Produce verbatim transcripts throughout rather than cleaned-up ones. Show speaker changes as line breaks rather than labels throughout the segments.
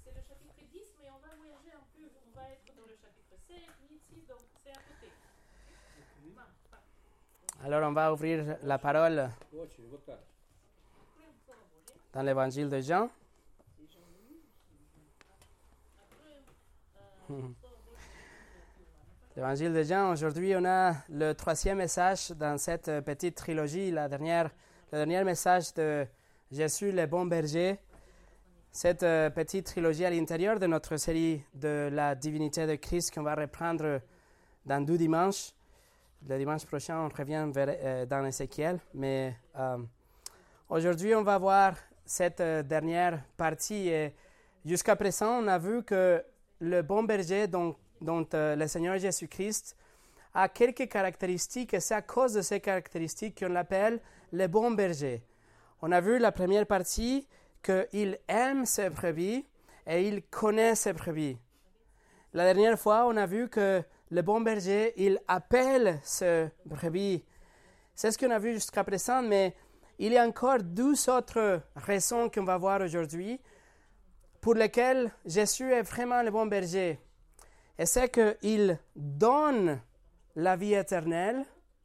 c'est le chapitre dix, mais on va voyager un peu, on va être dans le chapitre sept, ici, donc c'est à côté.
Alors on va ouvrir la parole dans l'évangile de Jean. L'évangile de Jean, aujourd'hui on a le troisième message dans cette petite trilogie, la dernière, le dernier message de Jésus, le bon berger. Cette euh, petite trilogie à l'intérieur de notre série de la divinité de Christ qu'on va reprendre dans deux dimanches. Le dimanche prochain, on revient vers, euh, dans Ézéchiel. Mais euh, aujourd'hui, on va voir cette euh, dernière partie. Et jusqu'à présent, on a vu que le bon berger dont, dont euh, le Seigneur Jésus-Christ a quelques caractéristiques. Et c'est à cause de ces caractéristiques qu'on l'appelle le bon berger. On a vu la première partie qu'il aime ses brebis et il connaît ses brebis. La dernière fois, on a vu que le bon berger, il appelle ses brebis. C'est ce qu'on a vu jusqu'à présent, mais il y a encore deux autres raisons qu'on va voir aujourd'hui pour lesquelles Jésus est vraiment le bon berger. Et c'est qu'il donne la vie éternelle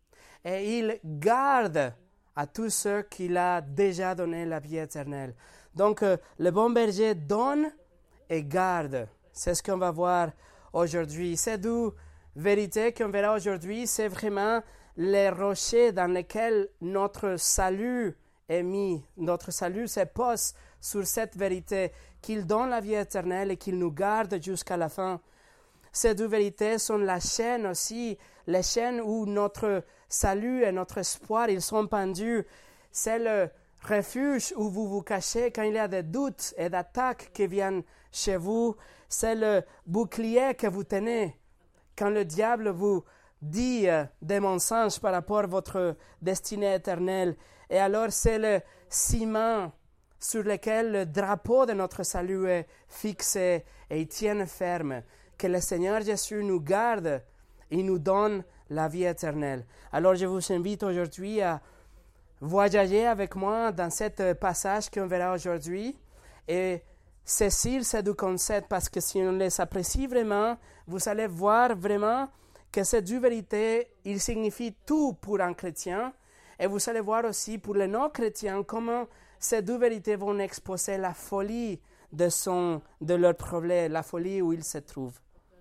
et il garde à tous ceux qu'il a déjà donné la vie éternelle. Donc, euh, le bon berger donne et garde. C'est ce qu'on va voir aujourd'hui. Ces deux vérités qu'on verra aujourd'hui, c'est vraiment les rochers dans lesquels notre salut est mis. Notre salut se pose sur cette vérité, qu'il donne la vie éternelle et qu'il nous garde jusqu'à la fin. Ces deux vérités sont la chaîne aussi, les chaînes où notre salut et notre espoir, ils sont pendus. C'est le refuge où vous vous cachez quand il y a des doutes et d'attaques qui viennent chez vous. C'est le bouclier que vous tenez quand le diable vous dit euh, des mensonges par rapport à votre destinée éternelle. Et alors c'est le ciment sur lequel le drapeau de notre salut est fixé et il tient ferme. Que le Seigneur Jésus nous garde et nous donne la vie éternelle. Alors je vous invite aujourd'hui à voyager avec moi dans ce passage qu'on verra aujourd'hui et saisir ces deux concepts parce que si on les apprécie vraiment, vous allez voir vraiment que ces deux vérités, ils signifient tout pour un chrétien et vous allez voir aussi pour les non-chrétiens comment ces deux vérités vont exposer la folie de, son, de leur problème, la folie où ils se trouvent.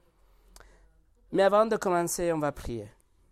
Mais avant de commencer, on va prier.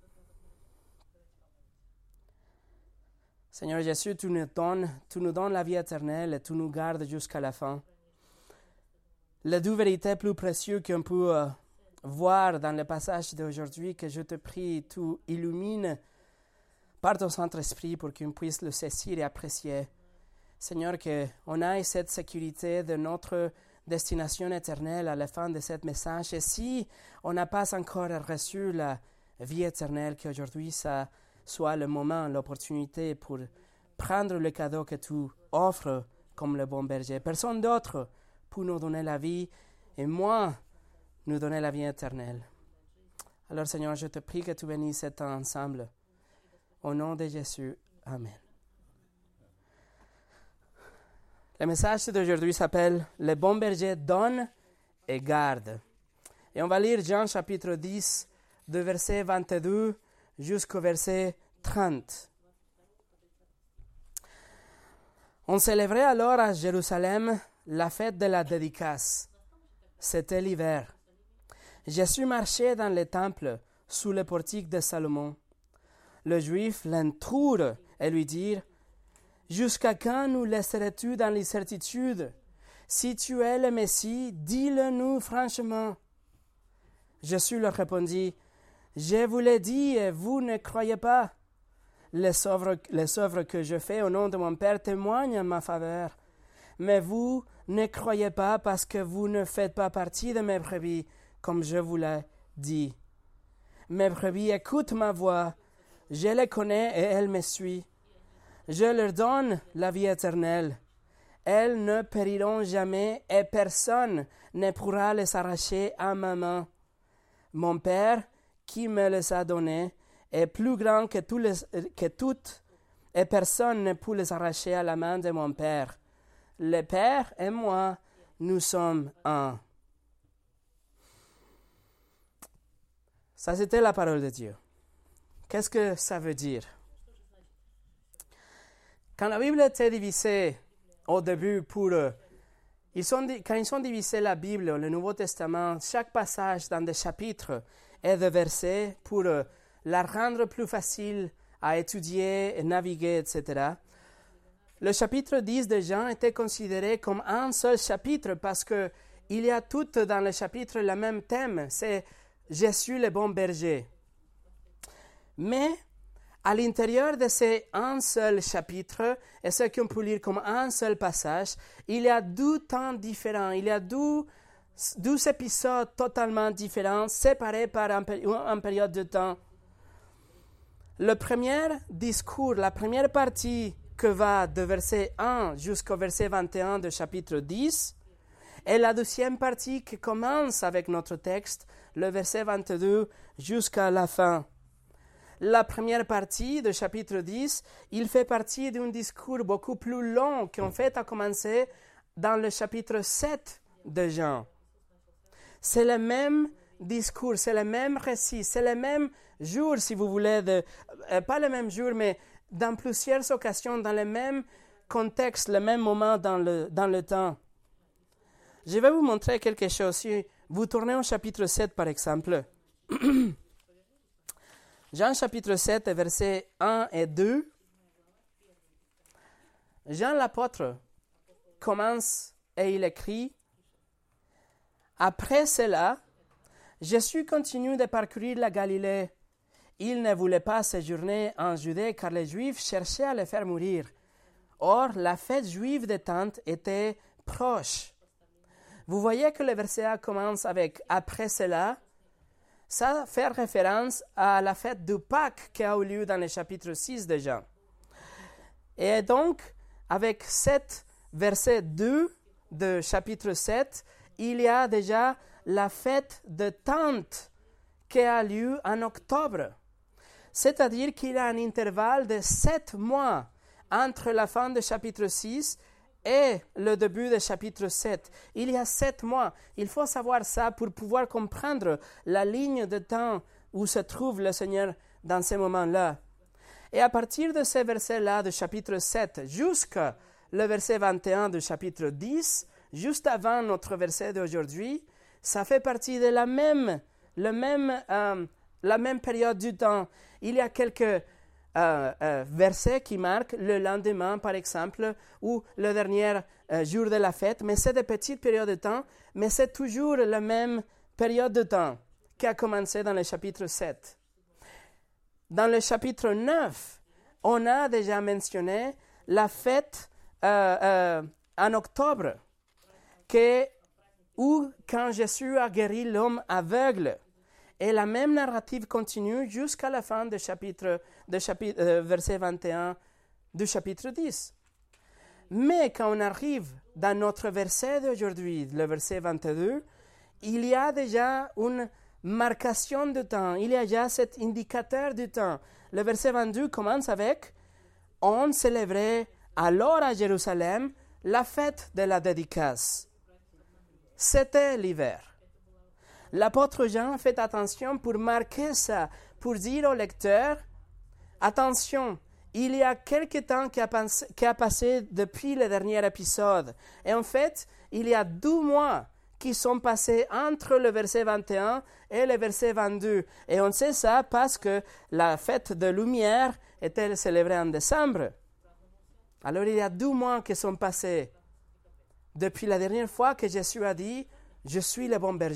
Seigneur Jésus, tu nous donnes, tu nous donnes la vie éternelle et tu nous gardes jusqu'à la fin. Les deux vérités plus précieuses qu'on peut euh, voir dans le passage d'aujourd'hui, que je te prie, tu illumines par ton Saint-Esprit pour qu'on puisse le saisir et apprécier. Seigneur, qu'on ait cette sécurité de notre destination éternelle à la fin de ce message. Et si on n'a pas encore reçu la vie éternelle, qu'aujourd'hui ça soit le moment, l'opportunité pour prendre le cadeau que tu offres comme le bon berger. Personne d'autre pour nous donner la vie et moi nous donner la vie éternelle. Alors Seigneur, je te prie que tu bénisses cet temps ensemble. Au nom de Jésus, Amen. Le message d'aujourd'hui s'appelle « Le bon berger donne et garde ». Et on va lire Jean chapitre dix, de verset vingt-deux jusqu'au verset trente. On célébrait alors à Jérusalem la fête de la dédicace. C'était l'hiver. Jésus marchait dans le temple sous le portique de Salomon. Les Juifs l'entourent et lui dirent « Jusqu'à quand nous laisserais-tu dans l'incertitude? Si tu es le Messie, dis-le-nous franchement. » Jésus leur répondit « Je vous l'ai dit et vous ne croyez pas. Les œuvres, les œuvres que je fais au nom de mon Père témoignent en ma faveur. Mais vous ne croyez pas parce que vous ne faites pas partie de mes brebis, comme je vous l'ai dit. Mes brebis écoutent ma voix. Je les connais et elles me suivent. Je leur donne la vie éternelle. Elles ne périront jamais et personne ne pourra les arracher à ma main. Mon Père, qui me les a donnés, est plus grand que, tous les, que toutes, et personne ne peut les arracher à la main de mon Père. Le Père et moi, nous sommes un. Ça, c'était la parole de Dieu. Qu'est-ce que ça veut dire? Quand la Bible était divisée au début pour... Euh, ils sont, quand ils ont divisé la Bible, le Nouveau Testament, chaque passage dans des chapitres est de versets pour euh, la rendre plus facile à étudier, et naviguer, et cetera. Le chapitre dix de Jean était considéré comme un seul chapitre parce qu'il y a tout dans le chapitre le même thème, c'est « Je suis le bon berger ». Mais à l'intérieur de ces un seul chapitre, et ce qu'on peut lire comme un seul passage, il y a deux temps différents, il y a deux, deux épisodes totalement différents, séparés par un, une période de temps. Le premier discours, la première partie que va de verset un jusqu'au verset vingt et un du chapitre dix, et la deuxième partie qui commence avec notre texte, le verset vingt-deux jusqu'à la fin. La première partie du chapitre dix, il fait partie d'un discours beaucoup plus long qui en fait a commencé dans le chapitre sept de Jean. C'est le même discours, c'est le même récit, c'est le même jour, si vous voulez, de, euh, pas le même jour, mais dans plusieurs occasions, dans le même contexte, le même moment dans le, dans le temps. Je vais vous montrer quelque chose. Si vous tournez au chapitre sept, par exemple, Jean chapitre sept, versets un et deux, Jean l'apôtre commence et il écrit « Après cela, Jésus continue de parcourir la Galilée. Il ne voulait pas séjourner en Judée car les Juifs cherchaient à le faire mourir. Or, la fête juive des Tentes était proche. » Vous voyez que le verset A commence avec « Après cela ». Ça fait référence à la fête de Pâques qui a eu lieu dans le chapitre six de Jean. Et donc, avec sept verset deux de chapitre sept, il y a déjà la fête de Tentes qui a lieu en octobre. C'est-à-dire qu'il y a un intervalle de sept mois entre la fin du chapitre six et le début du chapitre sept. Il y a sept mois. Il faut savoir ça pour pouvoir comprendre la ligne de temps où se trouve le Seigneur dans ces moments-là. Et à partir de ces versets-là du chapitre sept jusqu'au verset vingt et un du chapitre dix, juste avant notre verset d'aujourd'hui, ça fait partie de la même, le même, euh, la même période du temps. Il y a quelques Euh, euh, versets qui marquent le lendemain, par exemple, ou le dernier euh, jour de la fête, mais c'est des petites périodes de temps, mais c'est toujours la même période de temps qui a commencé dans le chapitre sept. Dans le chapitre neuf, on a déjà mentionné la fête euh, euh, en octobre, que, où quand Jésus a guéri l'homme aveugle. Et la même narrative continue jusqu'à la fin du chapitre, de chapitre euh, verset vingt et un du chapitre dix. Mais quand on arrive dans notre verset d'aujourd'hui, le verset vingt-deux, il y a déjà une marcation de temps, il y a déjà cet indicateur du temps. Le verset vingt-deux commence avec « On célébrait alors à Jérusalem la fête de la dédicace ». C'était l'hiver. L'apôtre Jean fait attention pour marquer ça, pour dire au lecteur, attention, il y a quelque temps qui a, pensé, qui a passé depuis le dernier épisode. Et en fait, il y a deux mois qui sont passés entre le verset vingt et un et le verset vingt-deux. Et on sait ça parce que la fête de lumière était célébrée en décembre. Alors il y a deux mois qui sont passés depuis la dernière fois que Jésus a dit « Je suis le bon berger ».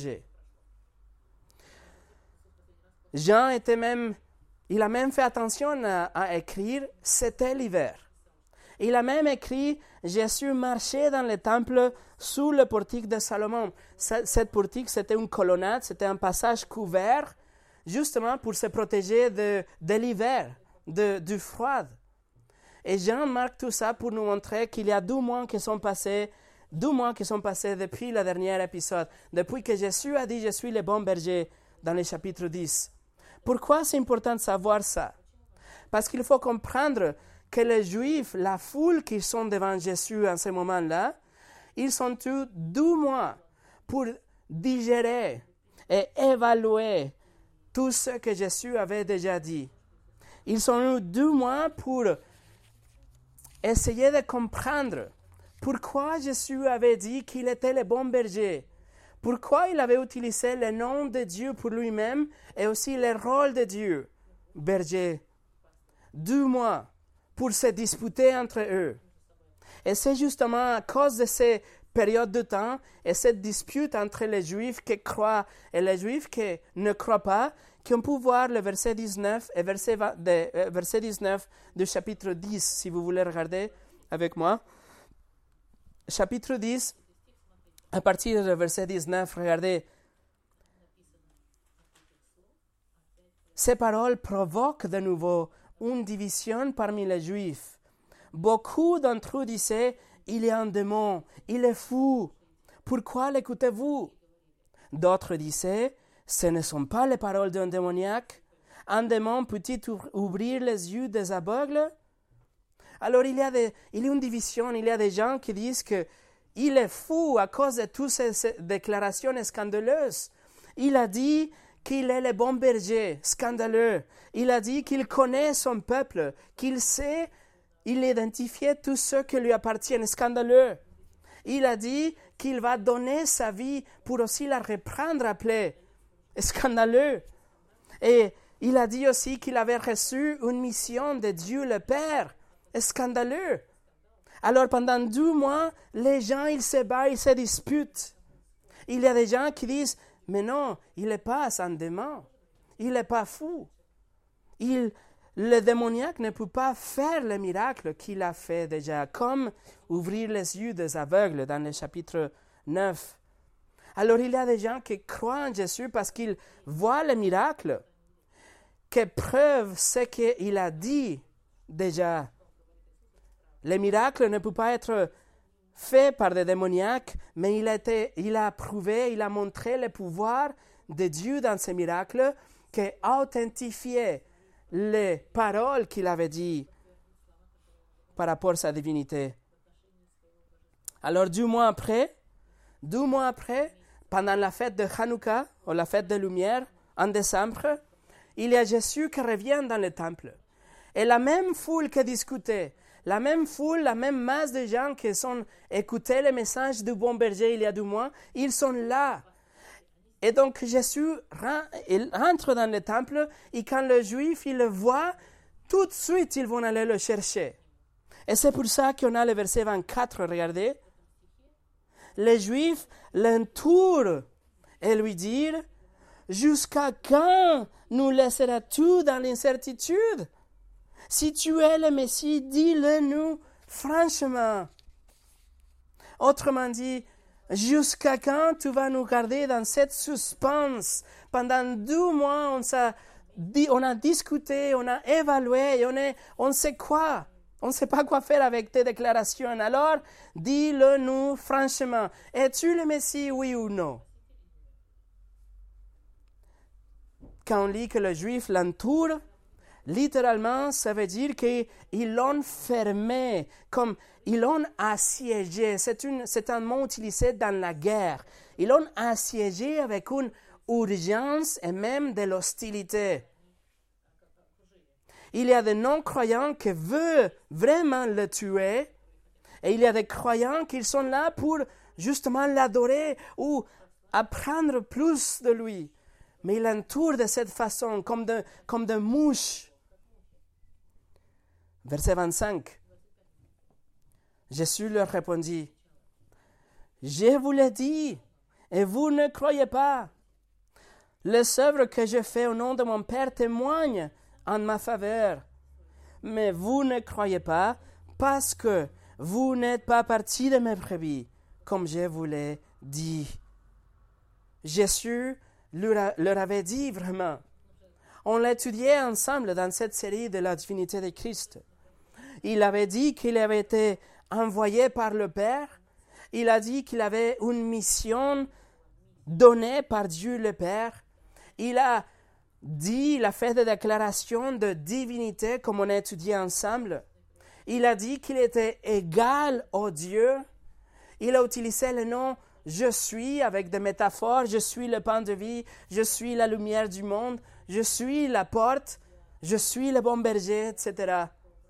Jean était même, il a même fait attention à, à écrire « C'était l'hiver ». Il a même écrit « Jésus marchait dans le temple sous le portique de Salomon ». Cette portique, c'était une colonnade, c'était un passage couvert, justement pour se protéger de, de l'hiver, de, du froid. Et Jean marque tout ça pour nous montrer qu'il y a deux mois qui sont passés, deux mois qui sont passés depuis le dernier épisode, depuis que Jésus a dit « Je suis le bon berger » dans le chapitre dix. Pourquoi c'est important de savoir ça? Parce qu'il faut comprendre que les Juifs, la foule qui sont devant Jésus en ce moment-là, Ils ont eu deux mois pour digérer et évaluer tout ce que Jésus avait déjà dit. Ils ont eu deux mois pour essayer de comprendre pourquoi Jésus avait dit qu'il était le bon berger, pourquoi il avait utilisé le nom de Dieu pour lui-même et aussi le rôle de Dieu, berger. Deux mois pour se disputer entre eux. Et c'est justement à cause de ces périodes de temps et cette dispute entre les Juifs qui croient et les Juifs qui ne croient pas qu'on peut voir le verset dix-neuf et verset, vingt, de, euh, verset dix-neuf du chapitre dix, si vous voulez regarder avec moi. Chapitre dix, à partir du verset dix-neuf, regardez. Ces paroles provoquent de nouveau une division parmi les Juifs. Beaucoup d'entre eux disaient, « Il y a un démon, il est fou. Pourquoi l'écoutez-vous » D'autres disaient, « Ce ne sont pas les paroles d'un démoniaque. Un démon peut-il ouvrir les yeux des aveugles ?» Alors il y, a des, il y a une division, il y a des gens qui disent qu'il est fou à cause de toutes ces, ces déclarations scandaleuses. Il a dit qu'il est le bon berger, scandaleux. Il a dit qu'il connaît son peuple, qu'il sait, il identifie tout ce qui lui appartient, scandaleux. Il a dit qu'il va donner sa vie pour aussi la reprendre après, scandaleux. Et il a dit aussi qu'il avait reçu une mission de Dieu le Père, scandaleux. Alors pendant deux mois, les gens, ils se battent, ils se disputent. Il y a des gens qui disent, mais non, il n'est pas un démon, il n'est pas fou. Il, le démoniaque ne peut pas faire le miracle qu'il a fait déjà, comme ouvrir les yeux des aveugles dans le chapitre neuf. Alors il y a des gens qui croient en Jésus parce qu'ils voient le miracle, qui prouvent ce qu'il a dit déjà. Le miracle ne peut pas être fait par des démoniaques, mais il a, été, il a prouvé, il a montré le pouvoir de Dieu dans ce miracle qui a authentifié les paroles qu'il avait dites par rapport à sa divinité. Alors deux mois après, deux mois après, pendant la fête de Hanouka, ou la fête des Lumières, en décembre, il y a Jésus qui revient dans le temple. Et la même foule qui discutait, la même foule, la même masse de gens qui ont écouté le message du bon berger il y a deux mois, ils sont là. Et donc Jésus rentre dans le temple et quand les Juifs ils le voient, tout de suite ils vont aller le chercher. Et c'est pour ça qu'on a le verset vingt-quatre, regardez. Les Juifs l'entourent et lui disent, « Jusqu'à quand nous laisseras-tu dans l'incertitude ? Si tu es le Messie, dis-le nous franchement. » Autrement dit, jusqu'à quand tu vas nous garder dans cette suspense? Pendant deux mois, on, a, dit, on a discuté, on a évalué, on, est, on sait quoi. On ne sait pas quoi faire avec tes déclarations. Alors, dis-le nous franchement. Es-tu le Messie, oui ou non? Quand on lit que le Juif l'entoure, littéralement, ça veut dire qu'ils l'ont fermé, comme ils l'ont assiégé. C'est, une, c'est un mot utilisé dans la guerre. Ils l'ont assiégé avec une urgence et même de l'hostilité. Il y a des non-croyants qui veulent vraiment le tuer, et il y a des croyants qui sont là pour justement l'adorer ou apprendre plus de lui. Mais ils l'entourent de cette façon, comme de, comme de mouches. Verset vingt-cinq. Jésus leur répondit, « Je vous l'ai dit, et vous ne croyez pas. Les œuvres que je fais au nom de mon Père témoignent en ma faveur. Mais vous ne croyez pas parce que vous n'êtes pas partis de mes brebis, comme je vous l'ai dit. » Jésus leur, leur avait dit vraiment. On l'étudiait ensemble dans cette série de la divinité de Christ. Il avait dit qu'il avait été envoyé par le Père. Il a dit qu'il avait une mission donnée par Dieu le Père. Il a dit, il a fait des déclarations de divinité comme on a étudié ensemble. Il a dit qu'il était égal au Dieu. il a utilisé le nom « Je suis » avec des métaphores. « Je suis le pain de vie »,« Je suis la lumière du monde »,« Je suis la porte »,« Je suis le bon berger », et cetera.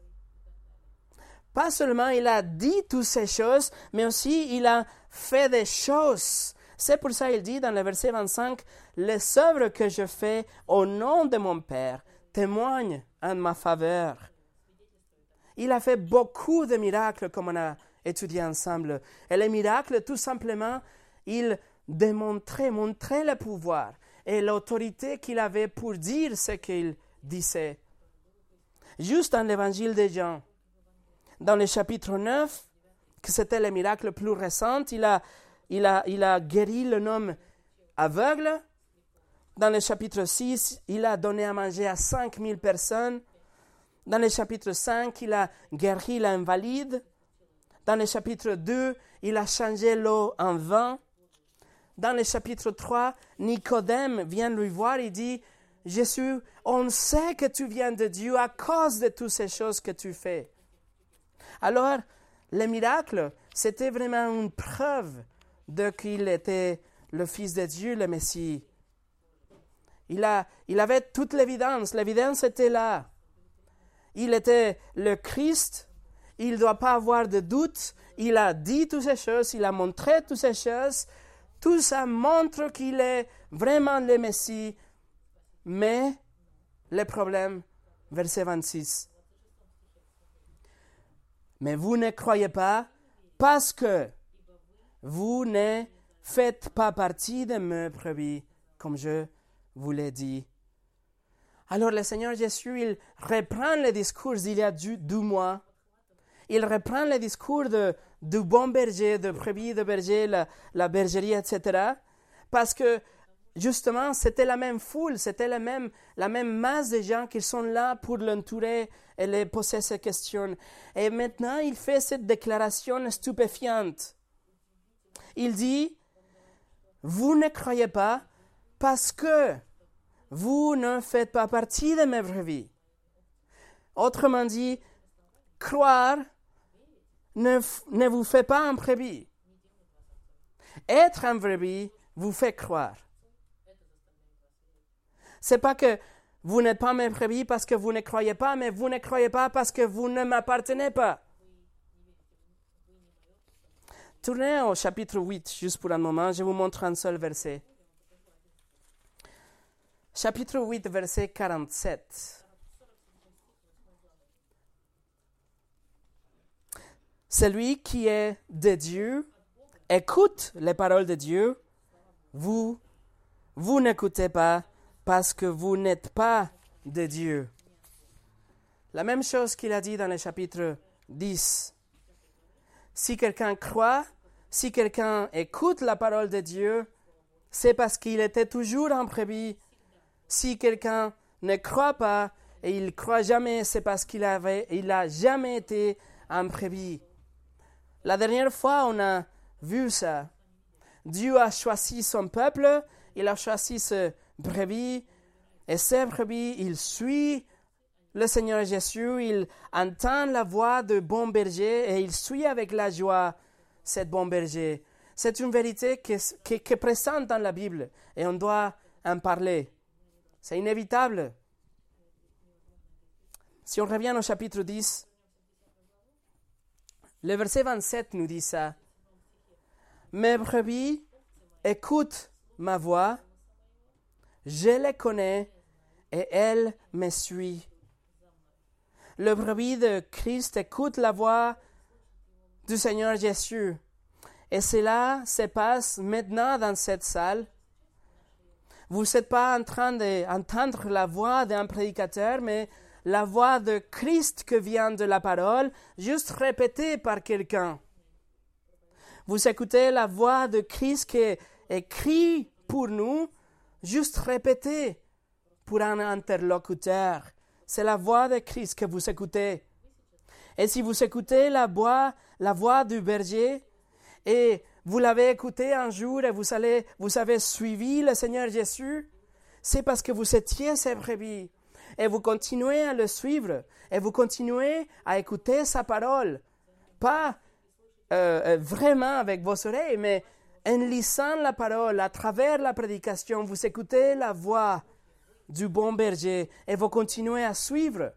Pas seulement il a dit toutes ces choses, mais aussi il a fait des choses. C'est pour ça qu'il dit dans le verset vingt-cinq, « Les œuvres que je fais au nom de mon Père témoignent en ma faveur. » Il a fait beaucoup de miracles comme on a étudié ensemble. Et les miracles, tout simplement, il démontrait, montrait le pouvoir et l'autorité qu'il avait pour dire ce qu'il disait. Juste dans l'évangile de Jean, dans le chapitre neuf, que c'était le miracle le plus récent, il a, il a, il a guéri l'homme homme aveugle. Dans le chapitre six, il a donné à manger à cinq mille personnes. Dans le chapitre cinq, il a guéri l'invalide. Dans le chapitre deux, il a changé l'eau en vin. Dans le chapitre trois, Nicodème vient lui voir et dit, « Jésus, on sait que tu viens de Dieu à cause de toutes ces choses que tu fais. » Alors, le miracle, c'était vraiment une preuve de qu'il était le Fils de Dieu, le Messie. Il, a, il avait toute l'évidence. L'évidence était là. Il était le Christ. Il ne doit pas avoir de doute. Il a dit toutes ces choses. Il a montré toutes ces choses. Tout ça montre qu'il est vraiment le Messie. Mais le problème, verset vingt-six. Mais vous ne croyez pas parce que vous ne faites pas partie de mes brebis, comme je vous l'ai dit. Alors le Seigneur Jésus, il reprend le discours d'il y a deux mois. Il reprend le discours de, du bon berger, de brebis, de berger, la, la bergerie, et cetera. Parce que justement, c'était la même foule, c'était la même, la même masse de gens qui sont là pour l'entourer et lui poser ces questions. Et maintenant, il fait cette déclaration stupéfiante. Il dit, « Vous ne croyez pas parce que vous ne faites pas partie de mes brebis. » Autrement dit, croire ne, ne vous fait pas un brebis. Être un brebis vous fait croire. C'est pas que vous n'êtes pas mes brebis parce que vous ne croyez pas, mais vous ne croyez pas parce que vous ne m'appartenez pas. Tournez au chapitre huit, juste pour un moment, je vous montre un seul verset. Chapitre huit, verset quarante-sept. Celui qui est de Dieu écoute les paroles de Dieu. Vous, vous n'écoutez pas parce que vous n'êtes pas de Dieu. La même chose qu'il a dit dans le chapitre dix. Si quelqu'un croit, si quelqu'un écoute la parole de Dieu, c'est parce qu'il était toujours en brebis. Si quelqu'un ne croit pas et il ne croit jamais, c'est parce qu'il avait, il n'a jamais été en brebis. La dernière fois, on a vu ça. Dieu a choisi son peuple, il a choisi ce brebis, et ce brebis, il suit le Seigneur Jésus, il entend la voix du bon berger et il suit avec la joie cette bon berger. C'est une vérité qui est, qui, qui est présente dans la Bible et on doit en parler. C'est inévitable. Si on revient au chapitre dix, le verset vingt-sept nous dit ça. « Mes brebis écoutent ma voix, je les connais et elles me suivent. » Le brebis de Christ écoute la voix du Seigneur Jésus. Et cela se passe maintenant dans cette salle. Vous n'êtes pas en train d'entendre la voix d'un prédicateur, mais la voix de Christ qui vient de la parole, juste répétée par quelqu'un. Vous écoutez la voix de Christ qui est écrite pour nous, juste répétée pour un interlocuteur. C'est la voix de Christ que vous écoutez. Et si vous écoutez la voix, la voix du berger, et vous l'avez écouté un jour et vous, allez, vous avez suivi le Seigneur Jésus, c'est parce que vous étiez ses brebis. Et vous continuez à le suivre. Et vous continuez à écouter sa parole. Pas euh, vraiment avec vos oreilles, mais en lisant la parole, à travers la prédication, vous écoutez la voix du bon berger et vous continuez à suivre.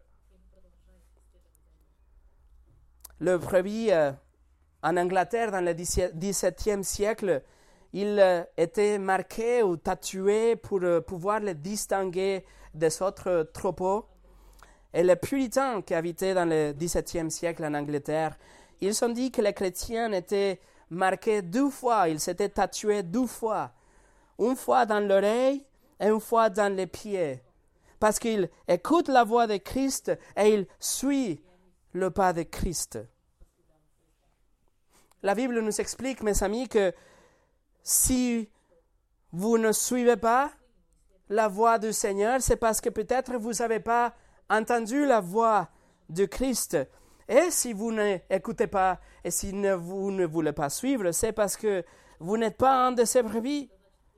Le brebis euh, en Angleterre, dans le dix-septième siècle, il euh, était marqué ou tatoué pour euh, pouvoir le distinguer des autres troupeaux. Et les puritains qui habitaient dans le dix-septième siècle en Angleterre, ils ont dit que les chrétiens étaient marqués deux fois, ils s'étaient tatoués deux fois. Une fois dans l'oreille et une fois dans les pieds. Parce qu'ils écoutent la voix de Christ et ils suivent le pas de Christ. La Bible nous explique, mes amis, que si vous ne suivez pas la voix du Seigneur, c'est parce que peut-être vous n'avez pas entendu la voix de Christ. Et si vous n'écoutez pas et si ne, vous ne voulez pas suivre, c'est parce que vous n'êtes pas un de ces brebis.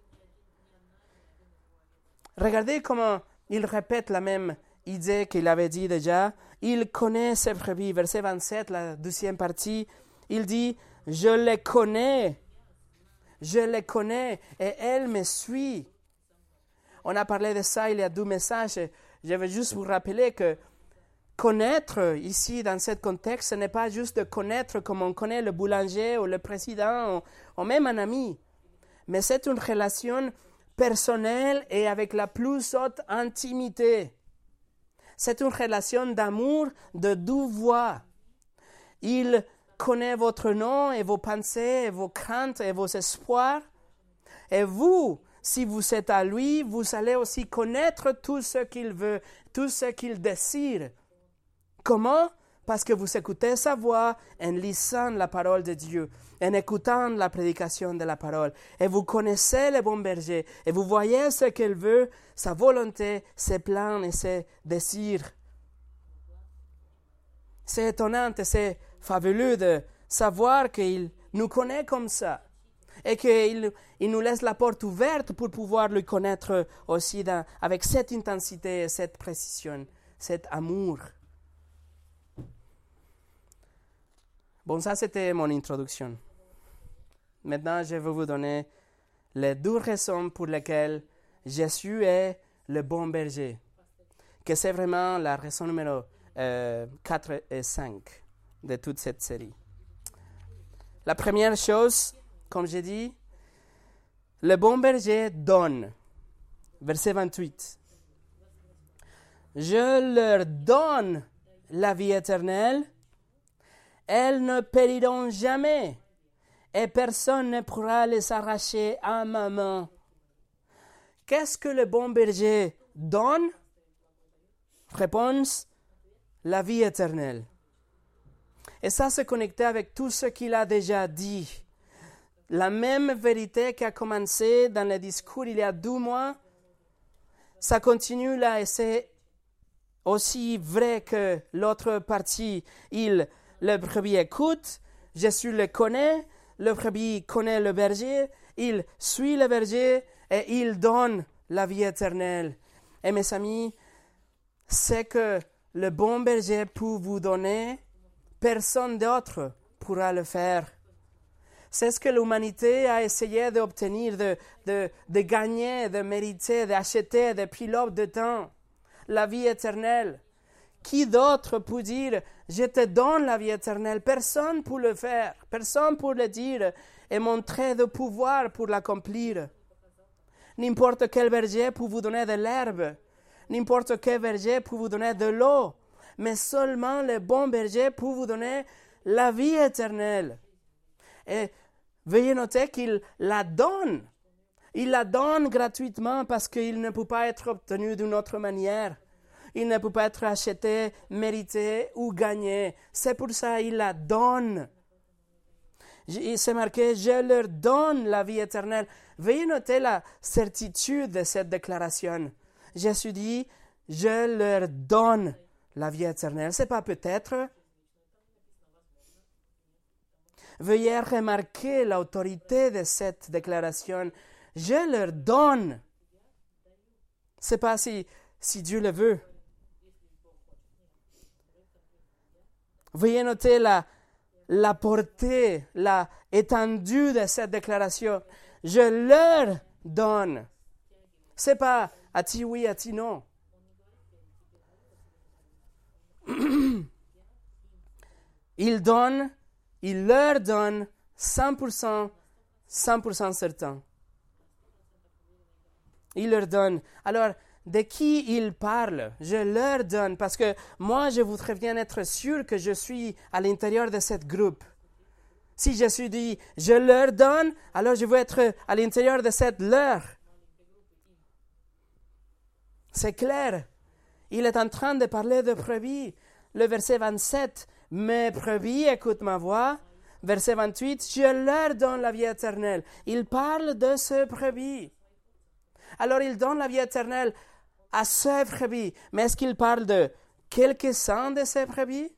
Regardez comment il répète la même idée qu'il avait dit déjà. Il connaît ses brebis. Verset vingt-sept, la deuxième partie, il dit « Je les connais, je les connais et elles me suivent. » On a parlé de ça, il y a deux messages. Je vais juste vous rappeler que connaître ici, dans ce contexte, ce n'est pas juste de connaître comme on connaît le boulanger ou le président ou, ou même un ami. Mais c'est une relation personnelle et avec la plus haute intimité. C'est une relation d'amour de deux voix. Il connaît votre nom et vos pensées et vos craintes et vos espoirs. Et vous, si vous êtes à lui, vous allez aussi connaître tout ce qu'il veut, tout ce qu'il désire. Comment? Parce que vous écoutez sa voix en lisant la parole de Dieu, en écoutant la prédication de la parole. Et vous connaissez le bon berger, et vous voyez ce qu'il veut, sa volonté, ses plans et ses désirs. C'est étonnant et c'est fabuleux de savoir qu'il nous connaît comme ça. Et qu'il il nous laisse la porte ouverte pour pouvoir le connaître aussi dans, avec cette intensité, cette précision, cet amour. Bon, ça c'était mon introduction. Maintenant, je vais vous donner les deux raisons pour lesquelles Jésus est le bon berger. Que c'est vraiment la raison numéro euh, quatre et cinq de toute cette série. La première chose, comme j'ai dit, le bon berger donne. Verset vingt-huit. Je leur donne la vie éternelle. Elles ne périront jamais, et personne ne pourra les arracher à ma main. Qu'est-ce que le bon berger donne? Réponse, la vie éternelle. Et ça se connectait avec tout ce qu'il a déjà dit. La même vérité qui a commencé dans le discours il y a deux mois, ça continue là et c'est aussi vrai que l'autre partie. Il Le brebis écoute, Jésus le connaît, le brebis connaît le berger, il suit le berger et il donne la vie éternelle. Et mes amis, c'est que le bon berger peut vous donner, personne d'autre pourra le faire. C'est ce que l'humanité a essayé d'obtenir, de, de, de gagner, de mériter, d'acheter depuis l'aube de temps, la vie éternelle. Qui d'autre peut dire « Je te donne la vie éternelle » Personne ne peut le faire. Personne ne peut le dire et montrer de pouvoir pour l'accomplir. N'importe quel berger peut vous donner de l'herbe. N'importe quel berger peut vous donner de l'eau. Mais seulement le bon berger peut vous donner la vie éternelle. Et veuillez noter qu'il la donne. Il la donne gratuitement parce qu'il ne peut pas être obtenu d'une autre manière. Il ne peut pas être acheté, mérité ou gagné. C'est pour ça qu'il la donne. C'est marqué « Je leur donne la vie éternelle ». Veuillez noter la certitude de cette déclaration. Jésus dit « Je leur donne la vie éternelle ». Ce n'est pas peut-être. Veuillez remarquer l'autorité de cette déclaration. « Je leur donne ». Ce n'est pas si, si Dieu le veut. Veuillez noter la, la portée, la étendue de cette déclaration. Je leur donne. C'est pas à-t-il oui, à-t-il non. Il donne, il leur donne cent pour cent, cent pour cent certain. Il leur donne. Alors, de qui il parle? Je leur donne parce que moi, je voudrais bien être sûr que je suis à l'intérieur de ce groupe. Si je suis dit, je leur donne, alors je veux être à l'intérieur de cette leur. C'est clair. Il est en train de parler de brebis. Le verset vingt-sept, mes brebis écoutent ma voix. Verset vingt-huit, je leur donne la vie éternelle. Il parle de ce brebis. Alors il donne la vie éternelle à ces brebis. Mais est-ce qu'il parle de quelques-uns de ces brebis?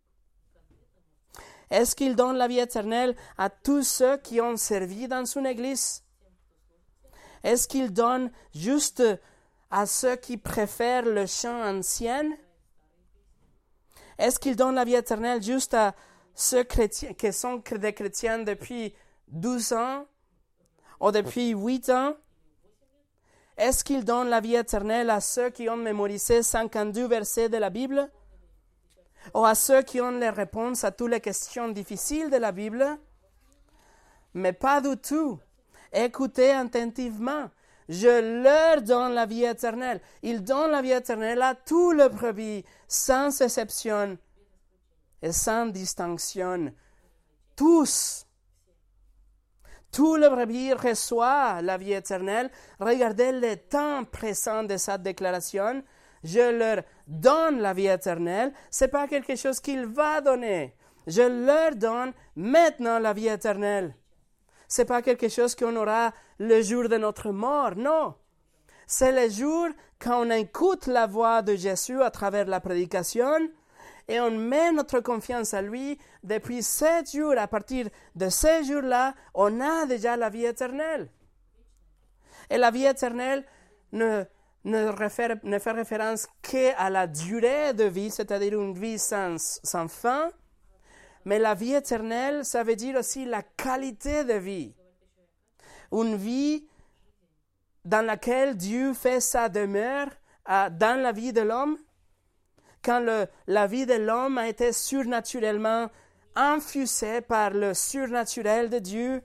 Est-ce qu'il donne la vie éternelle à tous ceux qui ont servi dans son église? Est-ce qu'il donne juste à ceux qui préfèrent le chant ancien? Est-ce qu'il donne la vie éternelle juste à ceux chrétiens, qui sont des chrétiens depuis douze ans ou depuis huit ans? Est-ce qu'il donne la vie éternelle à ceux qui ont mémorisé cinquante-deux versets de la Bible? Ou à ceux qui ont les réponses à toutes les questions difficiles de la Bible? Mais pas du tout. Écoutez attentivement. Je leur donne la vie éternelle. Il donne la vie éternelle à tous les brebis, sans exception et sans distinction. Tous. Tous les brebis reçoivent la vie éternelle. Regardez le temps présent de cette déclaration. Je leur donne la vie éternelle. Ce n'est pas quelque chose qu'il va donner. Je leur donne maintenant la vie éternelle. Ce n'est pas quelque chose qu'on aura le jour de notre mort, non. C'est le jour quand on écoute la voix de Jésus à travers la prédication et on met notre confiance à lui. Depuis sept jours, à partir de ces jours-là, on a déjà la vie éternelle. Et la vie éternelle ne, ne, réfère, ne fait référence qu'à la durée de vie, c'est-à-dire une vie sans, sans fin. Mais la vie éternelle, ça veut dire aussi la qualité de vie. Une vie dans laquelle Dieu fait sa demeure euh, dans la vie de l'homme. Quand le, la vie de l'homme a été surnaturellement infusée par le surnaturel de Dieu.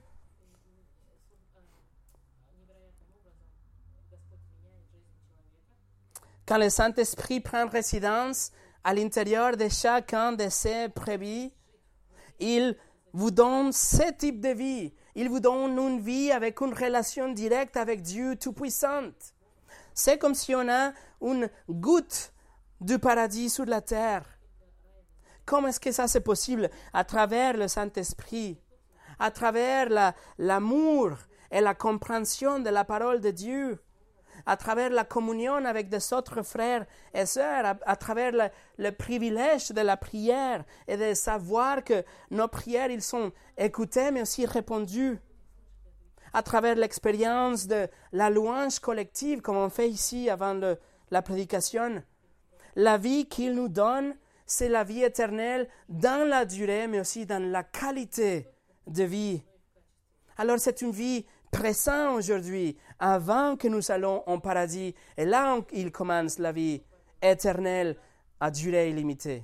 Quand le Saint-Esprit prend résidence à l'intérieur de chacun de ses brebis, il vous donne ce type de vie. Il vous donne une vie avec une relation directe avec Dieu Tout-Puissant. C'est comme si on a une goutte du paradis sur la terre. Comment est-ce que ça c'est possible? À travers le Saint-Esprit, à travers la, l'amour et la compréhension de la parole de Dieu, à travers la communion avec des autres frères et sœurs, à, à travers le, le privilège de la prière et de savoir que nos prières, ils sont écoutées mais aussi répondues, à travers l'expérience de la louange collective comme on fait ici avant le, la prédication. La vie qu'il nous donne, c'est la vie éternelle dans la durée mais aussi dans la qualité de vie. Alors c'est une vie présente aujourd'hui, avant que nous allons au paradis. Et là, on, il commence la vie éternelle à durée illimitée.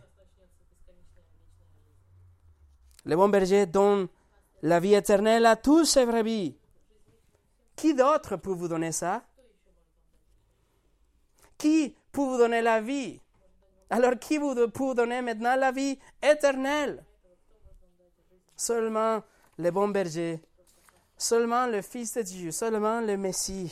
Le bon berger donne la vie éternelle à tous ses brebis. Qui d'autre peut vous donner ça? Qui peut vous donner la vie? Alors, qui vous peut vous donner maintenant la vie éternelle? Seulement le bon berger. Seulement le Fils de Dieu, seulement le Messie.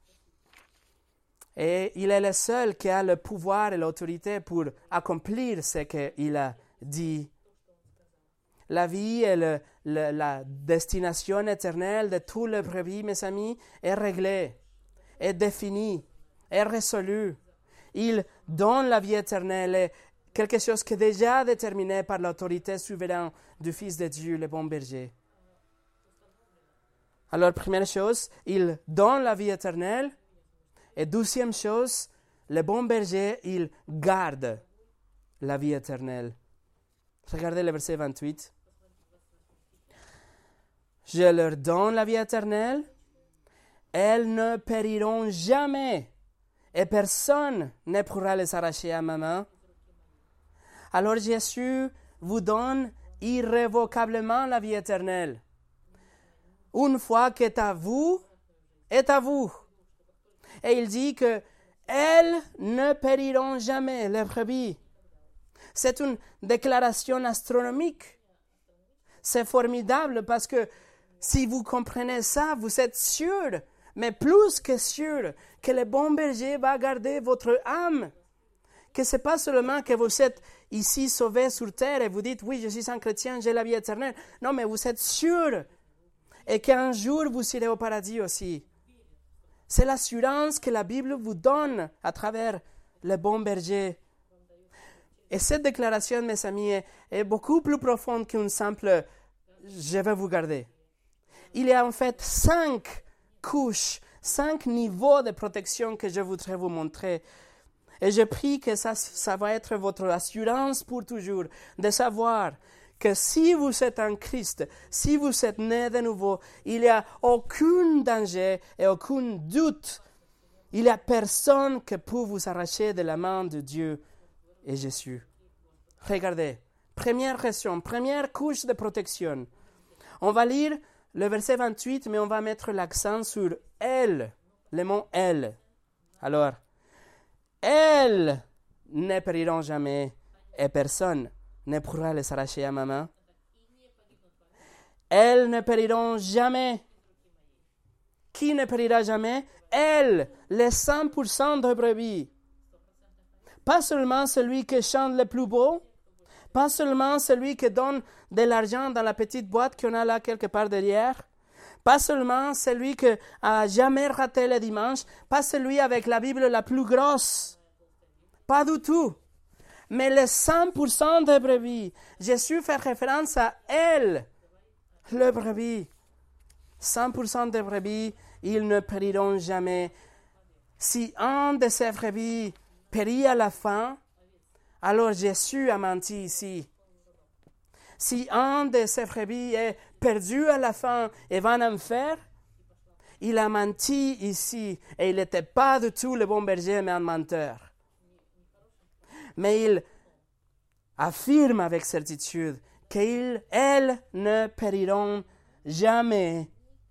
Et il est le seul qui a le pouvoir et l'autorité pour accomplir ce qu'il a dit. La vie et le, le, la destination éternelle de tous les brebis, mes amis, est réglée, est définie, est résolue. Il donne la vie éternelle, et quelque chose qui est déjà déterminé par l'autorité souveraine du Fils de Dieu, le bon berger. Alors, première chose, il donne la vie éternelle. Et deuxième chose, le bon berger, il garde la vie éternelle. Regardez le verset vingt-huit. je leur donne la vie éternelle. Elles ne périront jamais et personne ne pourra les arracher à ma main. Alors Jésus vous donne irrévocablement la vie éternelle. Une fois qu'est à vous, est à vous. Et il dit que elles ne périront jamais, les brebis. C'est une déclaration astronomique. C'est formidable parce que si vous comprenez ça, vous êtes sûr, mais plus que sûr, que le bon berger va garder votre âme. Que ce n'est pas seulement que vous êtes ici sauvés sur terre et vous dites, oui, je suis un chrétien, j'ai la vie éternelle. Non, mais vous êtes sûr. Et qu'un jour, vous irez au paradis aussi. C'est l'assurance que la Bible vous donne à travers le bon berger. Et cette déclaration, mes amis, est, est beaucoup plus profonde qu'une simple « je vais vous garder ». Il y a en fait cinq couches, cinq niveaux de protection que je voudrais vous montrer. Et je prie que ça, ça va être votre assurance pour toujours, de savoir que si vous êtes en Christ, si vous êtes né de nouveau, il n'y a aucun danger et aucun doute. Il n'y a personne qui peut vous arracher de la main de Dieu et Jésus. Regardez, première raison, première couche de protection. On va lire le verset vingt-huit, mais on va mettre l'accent sur « elle », le mot « elle ». Alors, « elles ne périront jamais et personne ne pourra les arracher à ma main. Elles ne périront jamais. Qui ne périra jamais? Elles, les cent pour cent de brebis. Pas seulement celui qui chante le plus beau, pas seulement celui qui donne de l'argent dans la petite boîte qu'on a là quelque part derrière, pas seulement celui qui a jamais raté le dimanche, pas celui avec la Bible la plus grosse. Pas du tout. Mais les cent pour cent des brebis, Jésus fait référence à elles, les brebis. cent pour cent des brebis, ils ne périront jamais. Si un de ces brebis périt à la fin, alors Jésus a menti ici. Si un de ces brebis est perdu à la fin et va en enfer, il a menti ici et il n'était pas du tout le bon berger, mais un menteur. Mais il affirme avec certitude qu'elles ne périront jamais.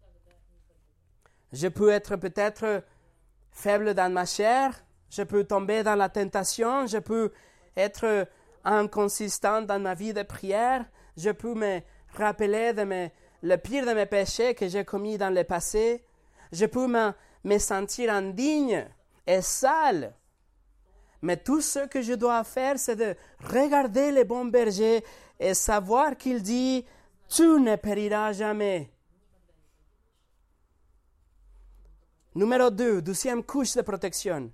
Je peux être peut-être faible dans ma chair, je peux tomber dans la tentation, je peux être inconsistant dans ma vie de prière, je peux me rappeler de mes, le pire de mes péchés que j'ai commis dans le passé, je peux me, me sentir indigne et sale. Mais tout ce que je dois faire, c'est de regarder le bon berger et savoir qu'il dit « Tu ne périras jamais ». Numéro deux, deuxième couche de protection.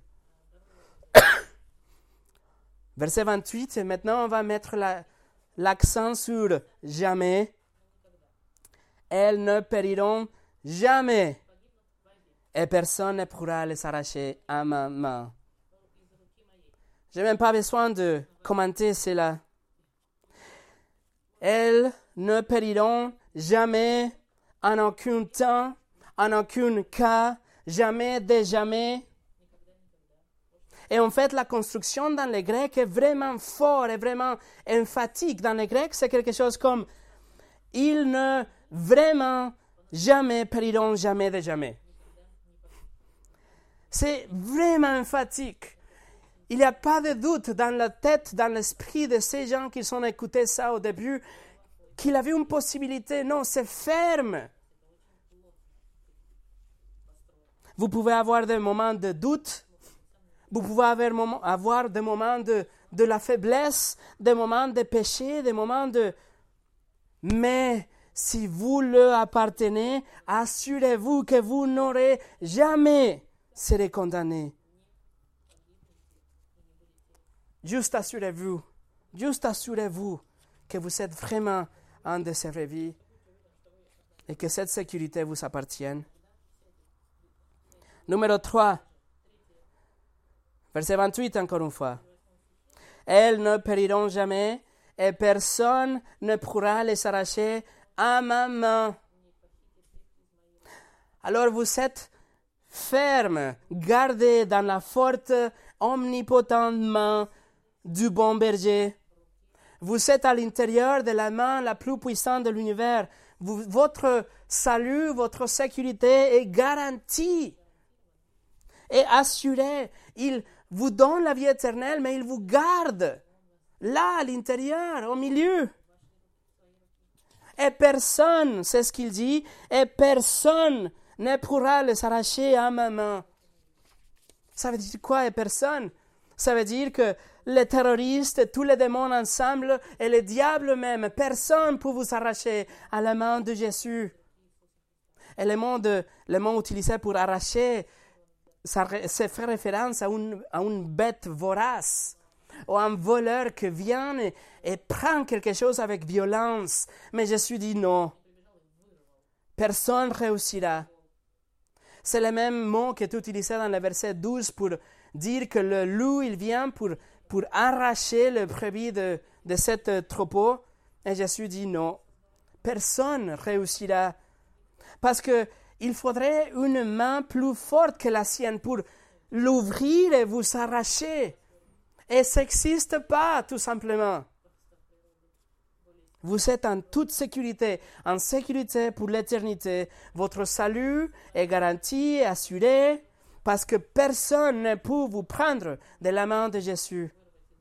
Verset vingt-huit, et maintenant on va mettre la, l'accent sur « jamais ». Elles ne périront jamais et personne ne pourra les arracher à ma main. Je n'ai même pas besoin de commenter cela. Elles ne périront jamais, en aucun temps, en aucun cas, jamais de jamais. Et en fait, la construction dans le grec est vraiment forte et vraiment emphatique. Dans le grec, c'est quelque chose comme « Ils ne vraiment jamais périront jamais de jamais ». C'est vraiment emphatique. Il n'y a pas de doute dans la tête, dans l'esprit de ces gens qui ont écouté ça au début, qu'il avait une possibilité. Non, c'est ferme. Vous pouvez avoir des moments de doute, vous pouvez avoir, avoir des moments de, de la faiblesse, des moments de péché, des moments de... Mais si vous leur appartenez, assurez-vous que vous n'aurez jamais serez condamné. Juste assurez-vous, juste assurez-vous que vous êtes vraiment un de ces vies et que cette sécurité vous appartienne. Numéro trois, verset vingt-huit encore une fois. Elles ne périront jamais et personne ne pourra les arracher à ma main. alors vous êtes ferme, gardé dans la forte, omnipotente main du bon berger. Vous êtes à l'intérieur de la main la plus puissante de l'univers. Vous, votre salut, votre sécurité est garantie et assurée. Il vous donne la vie éternelle, mais il vous garde là, à l'intérieur, au milieu. Et personne, c'est ce qu'il dit, et personne ne pourra les arracher à ma main. Ça veut dire quoi, et personne? Ça veut dire que les terroristes, tous les démons ensemble, et le diable même, personne ne peut vous arracher à la main de Jésus. Et le mot, de, le mot utilisé pour arracher, ça, ça fait référence à une, à une bête vorace, ou un voleur qui vient et, et prend quelque chose avec violence. Mais Jésus dit non. Personne ne réussira. C'est le même mot qui est utilisé dans le verset douze pour dire que le loup, il vient pour, pour arracher le brebis de, de ce troupeau. Et Jésus dit non. Personne ne réussira. Parce qu'il faudrait une main plus forte que la sienne pour l'ouvrir et vous arracher. Et ça n'existe pas, tout simplement. Vous êtes en toute sécurité, en sécurité pour l'éternité. Votre salut est garanti et assuré parce que personne ne peut vous prendre de la main de Jésus.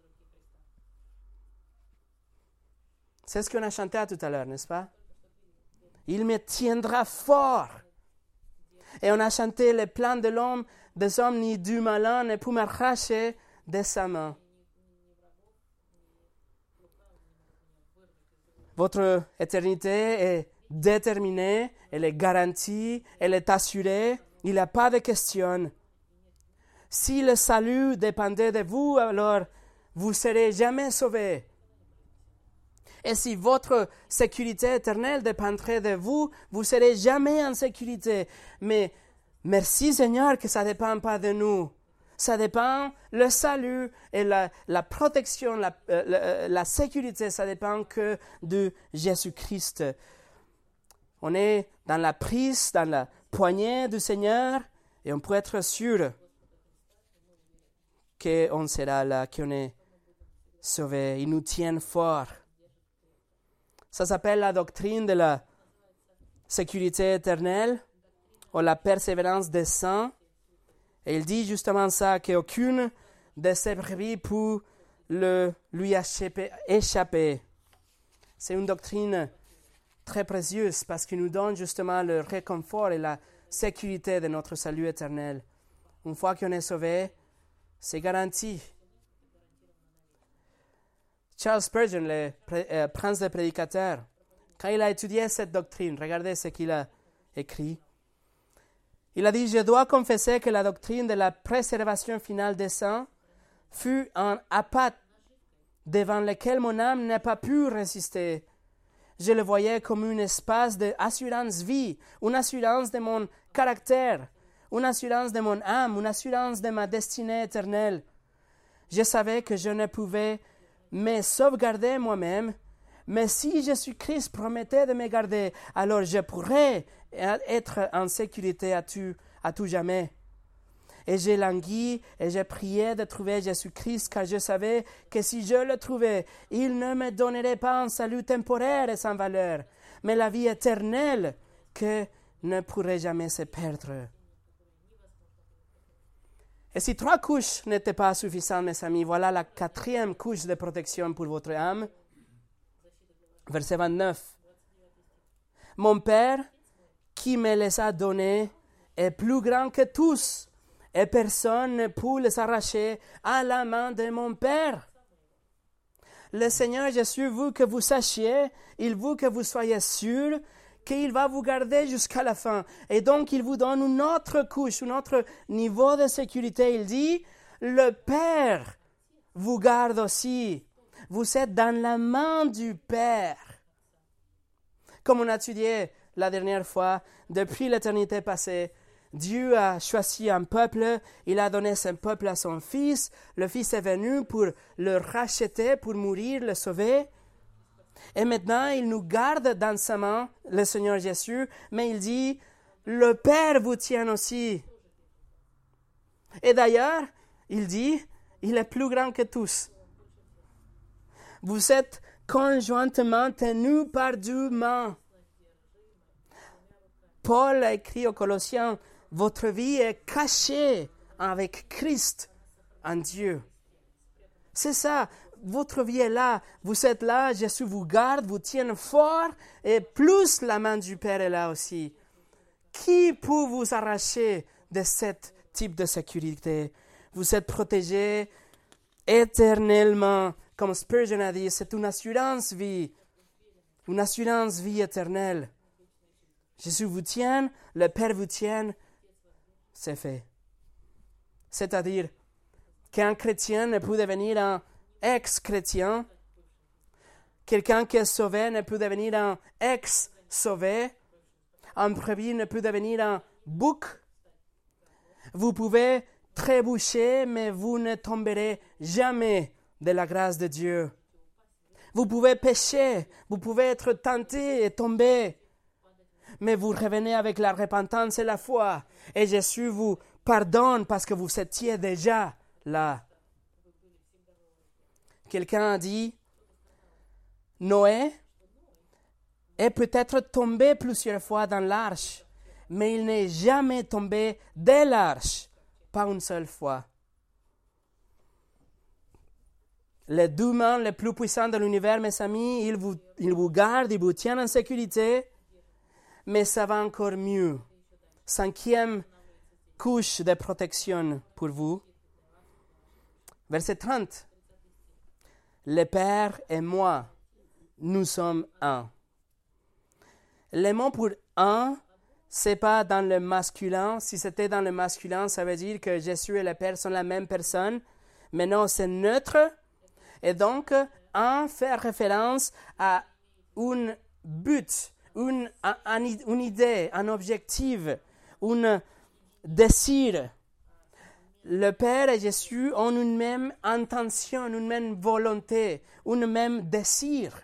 C'est ce qu'on a chanté tout à l'heure, n'est-ce pas? Il me tiendra fort. Et on a chanté le plan de l'homme, des hommes ni du malin ne peut m'arracher de sa main. Votre éternité est déterminée, elle est garantie, elle est assurée, il n'y a pas de question. Si le salut dépendait de vous, alors vous ne serez jamais sauvés. Et si votre sécurité éternelle dépendrait de vous, vous ne serez jamais en sécurité. Mais merci Seigneur que ça ne dépend pas de nous. Ça dépend, le salut et la, la protection, la, euh, la, la sécurité, ça dépend que de Jésus-Christ. On est dans la prise, dans la poignée du Seigneur et on peut être sûr qu'on sera là, qu'on est sauvé. Il nous tient fort. Ça s'appelle la doctrine de la sécurité éternelle ou la persévérance des saints. Et il dit justement ça, qu'aucune de ses brebis peut le, lui échapper. C'est une doctrine très précieuse parce qu'il nous donne justement le réconfort et la sécurité de notre salut éternel. Une fois qu'on est sauvé, c'est garanti. Charles Spurgeon, le euh, prince des prédicateurs, quand il a étudié cette doctrine, regardez ce qu'il a écrit. Il a dit, je dois confesser que la doctrine de la préservation finale des saints fut un appât devant lequel mon âme n'a pas pu résister. Je le voyais comme une espace d'assurance vie, une assurance de mon caractère, une assurance de mon âme, une assurance de ma destinée éternelle. Je savais que je ne pouvais me sauvegarder moi-même, mais si Jésus-Christ promettait de me garder, alors je pourrais être en sécurité à tout, à tout jamais. Et j'ai langui et j'ai prié de trouver Jésus-Christ, car je savais que si je le trouvais, il ne me donnerait pas un salut temporaire et sans valeur, mais la vie éternelle que ne pourrait jamais se perdre. Et si trois couches n'étaient pas suffisantes, mes amis, voilà la quatrième couche de protection pour votre âme. Verset vingt-neuf. Mon Père, qui me les a donnés, est plus grand que tous, et personne ne peut les arracher à la main de mon Père. Le Seigneur Jésus veut que vous sachiez, il veut que vous soyez sûrs qu'il va vous garder jusqu'à la fin. Et donc, il vous donne une autre couche, un autre niveau de sécurité. Il dit, le Père vous garde aussi. Vous êtes dans la main du Père. Comme on a étudié la dernière fois, depuis l'éternité passée, Dieu a choisi un peuple, il a donné son peuple à son Fils, le Fils est venu pour le racheter, pour mourir, le sauver. Et maintenant, il nous garde dans sa main, le Seigneur Jésus, mais il dit, le Père vous tient aussi. Et d'ailleurs, il dit, il est plus grand que tous. Vous êtes conjointement tenus par deux mains. Paul a écrit aux Colossiens, votre vie est cachée avec Christ en Dieu. C'est ça, votre vie est là, vous êtes là, Jésus vous garde, vous tient fort, et plus la main du Père est là aussi. Qui peut vous arracher de ce type de sécurité? Vous êtes protégés éternellement. Comme Spurgeon a dit, c'est une assurance vie, une assurance vie éternelle. Jésus vous tient, le Père vous tient, c'est fait. C'est-à-dire qu'un chrétien ne peut devenir un ex-chrétien, quelqu'un qui est sauvé ne peut devenir un ex-sauvé, un brebis ne peut devenir un bouc. Vous pouvez trébucher, mais vous ne tomberez jamais de la grâce de Dieu. Vous pouvez pécher, vous pouvez être tenté et tomber, mais vous revenez avec la repentance et la foi. Et Jésus vous pardonne parce que vous étiez déjà là. Quelqu'un a dit, Noé est peut-être tombé plusieurs fois dans l'arche, mais il n'est jamais tombé de l'arche, pas une seule fois. Les deux mains les plus puissantes de l'univers, mes amis, ils vous, ils vous gardent, ils vous tiennent en sécurité, mais ça va encore mieux. Cinquième couche de protection pour vous. Verset trente. Le Père et moi, nous sommes un. Le mot pour un, c'est pas dans le masculin. Si c'était dans le masculin, ça veut dire que Jésus et le Père sont la même personne. Mais non, c'est neutre. Et donc, un fait référence à un but, une, une idée, un objectif, un désir. Le Père et Jésus ont une même intention, une même volonté, un même désir.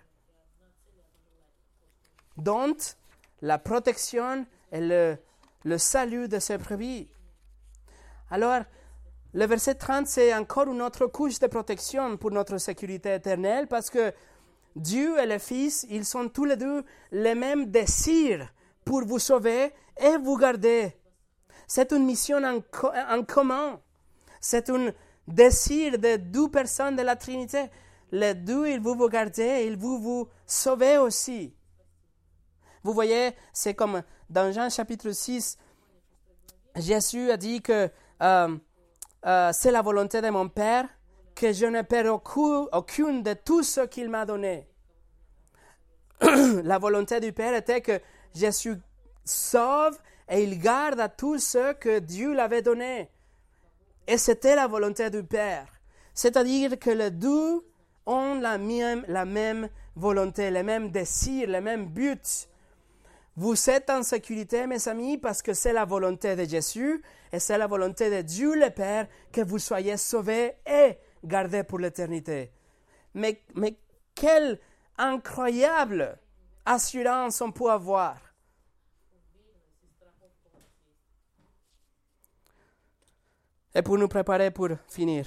Donc, la protection et le, le salut de ces brebis. Alors, le verset trente, c'est encore une autre couche de protection pour notre sécurité éternelle parce que Dieu et le Fils, ils sont tous les deux les mêmes désirs pour vous sauver et vous garder. C'est une mission en, co- en commun. C'est un désir de deux personnes de la Trinité. Les deux, ils vont vous garder, ils vont vous sauver aussi. Vous voyez, c'est comme dans Jean chapitre six, Jésus a dit que euh, euh, c'est la volonté de mon Père que je ne perds aucun, aucune de tout ce qu'il m'a donné. La volonté du Père était que Jésus sauve et il garde à tout ce que Dieu l'avait donné. Et c'était la volonté du Père. C'est-à-dire que les deux ont la même, la même volonté, les mêmes désirs, les mêmes buts. Vous êtes en sécurité, mes amis, parce que c'est la volonté de Jésus et c'est la volonté de Dieu le Père que vous soyez sauvés et gardés pour l'éternité. Mais, mais quelle incroyable assurance on peut avoir. Et pour nous préparer pour finir.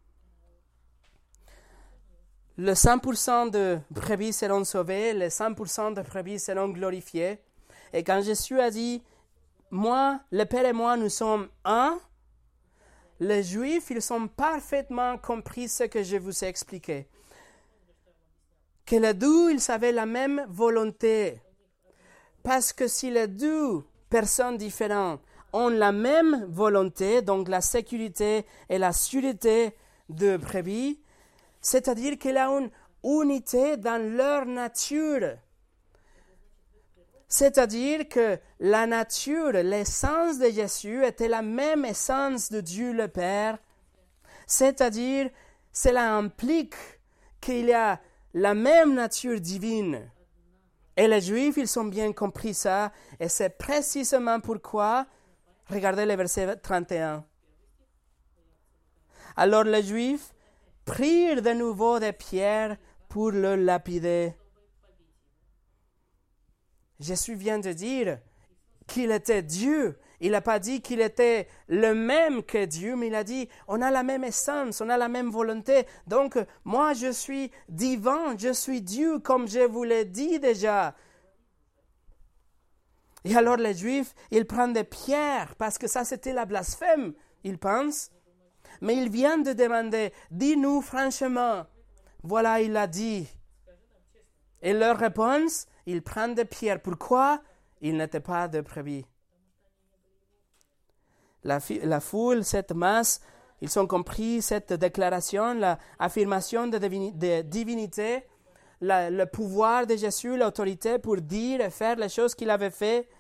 Le cent pour cent de brebis seront sauvés, les cent pour cent de brebis seront glorifiés. Et quand Jésus a dit, moi, le Père et moi, nous sommes un, les Juifs, ils ont parfaitement compris ce que je vous ai expliqué. Que les deux, ils avaient la même volonté. Parce que si les deux personnes différentes ont la même volonté, donc la sécurité et la sûreté de brebis, c'est-à-dire qu'il y a une unité dans leur nature. C'est-à-dire que la nature, l'essence de Jésus était la même essence de Dieu le Père. C'est-à-dire, cela implique qu'il y a la même nature divine. Et les Juifs, ils ont bien compris ça, et c'est précisément pourquoi, regardez le verset trente et un. Alors les Juifs prirent de nouveau des pierres pour le lapider. Jésus vient de dire, qu'il était Dieu. Il n'a pas dit qu'il était le même que Dieu, mais il a dit, on a la même essence, on a la même volonté. Donc, moi, je suis divin, je suis Dieu, comme je vous l'ai dit déjà. Et alors, les Juifs, ils prennent des pierres, parce que ça, c'était la blasphème, ils pensent. Mais ils viennent de demander, dis-nous franchement. Voilà, il a dit. Et leur réponse, ils prennent des pierres. Pourquoi? Ils n'étaient pas de brebis. La, la foule, cette masse, ils ont compris cette déclaration, l'affirmation de, divini, de divinité, la, le pouvoir de Jésus, l'autorité pour dire et faire les choses qu'il avait fait.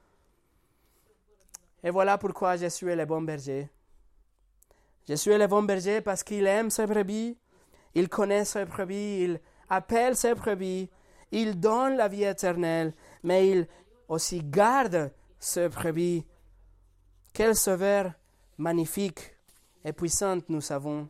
Et voilà pourquoi Jésus est le bon berger. Jésus est le bon berger parce qu'il aime ses brebis, il connaît ses brebis, il appelle ses brebis, il donne la vie éternelle, mais il aussi garde ses brebis. Quel sauveur magnifique et puissant nous savons.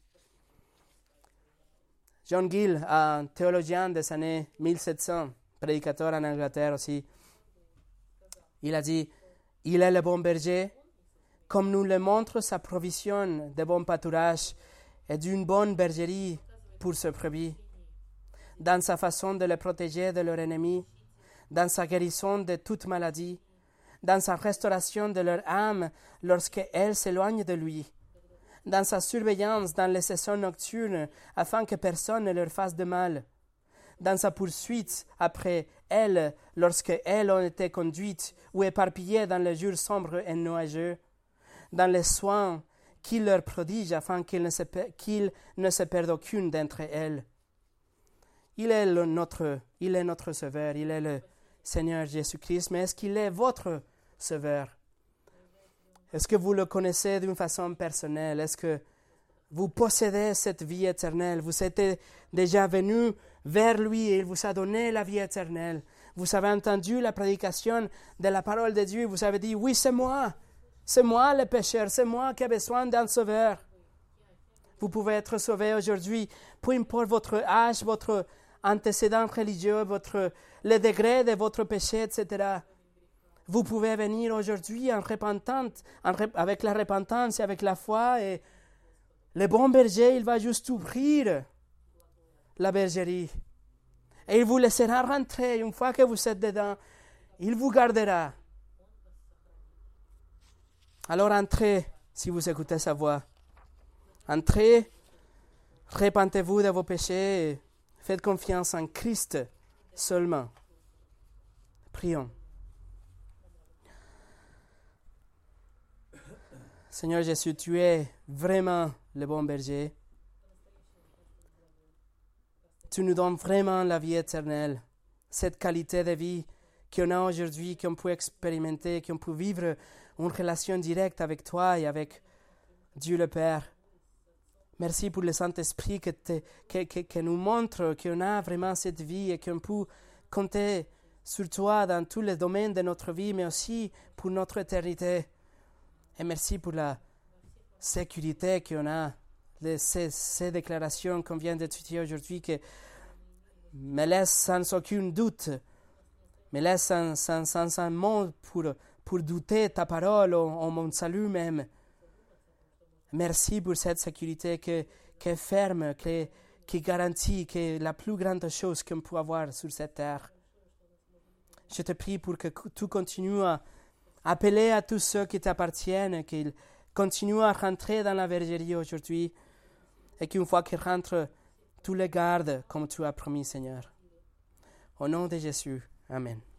John Gill, un théologien des années mille sept cents, prédicateur en Angleterre aussi, il a dit, il est le bon berger, comme nous le montre sa provision de bon pâturage et d'une bonne bergerie pour ses brebis, dans sa façon de les protéger de leurs ennemis, dans sa guérison de toute maladie, dans sa restauration de leur âme lorsqu'elles s'éloignent de lui, dans sa surveillance dans les saisons nocturnes afin que personne ne leur fasse de mal, dans sa poursuite après elles lorsqu'elles ont été conduites ou éparpillées dans les jours sombres et nuageux, dans les soins qu'il leur prodige afin qu'il ne se, qu'il ne se perde aucune d'entre elles. Il est le, notre, il est notre Sauveur, il est le Seigneur Jésus-Christ, mais est-ce qu'il est votre Sauveur? Est-ce que vous le connaissez d'une façon personnelle? Est-ce que vous possédez cette vie éternelle? Vous êtes déjà venu vers lui et il vous a donné la vie éternelle. Vous avez entendu la prédication de la parole de Dieu et vous avez dit, oui, c'est moi. C'est moi le pécheur, c'est moi qui ai besoin d'un sauveur. Vous pouvez être sauvé aujourd'hui, peu importe votre âge, votre antécédent religieux, votre, le degré de votre péché, et cetera. Vous pouvez venir aujourd'hui en repentant, en, avec la repentance et avec la foi. Et le bon berger, il va juste ouvrir la bergerie. Et il vous laissera rentrer. Une fois que vous êtes dedans, il vous gardera. Alors entrez, si vous écoutez sa voix. Entrez, repentez-vous de vos péchés et faites confiance en Christ seulement. Prions. Seigneur Jésus, tu es vraiment le bon berger. Tu nous donnes vraiment la vie éternelle, cette qualité de vie qu'on a aujourd'hui, qu'on peut expérimenter, qu'on peut vivre une relation directe avec toi et avec Dieu le Père. Merci pour le Saint-Esprit que, te, que, que, que nous montre qu'on a vraiment cette vie et qu'on peut compter sur toi dans tous les domaines de notre vie, mais aussi pour notre éternité. Et merci pour la sécurité qu'on a, les, ces, ces déclarations qu'on vient d'étudier aujourd'hui, qui me laissent sans aucun doute, me laissent sans, sans, sans un mot pour, pour douter ta parole, en, en mon salut même. Merci pour cette sécurité qui, qui est ferme, qui, qui garantit, qui est la plus grande chose qu'on peut avoir sur cette terre. Je te prie pour que tu continues à appeler à tous ceux qui t'appartiennent, qu'ils continuent à rentrer dans la bergerie aujourd'hui et qu'une fois qu'ils rentrent, tu les gardes comme tu as promis, Seigneur. Au nom de Jésus, Amen.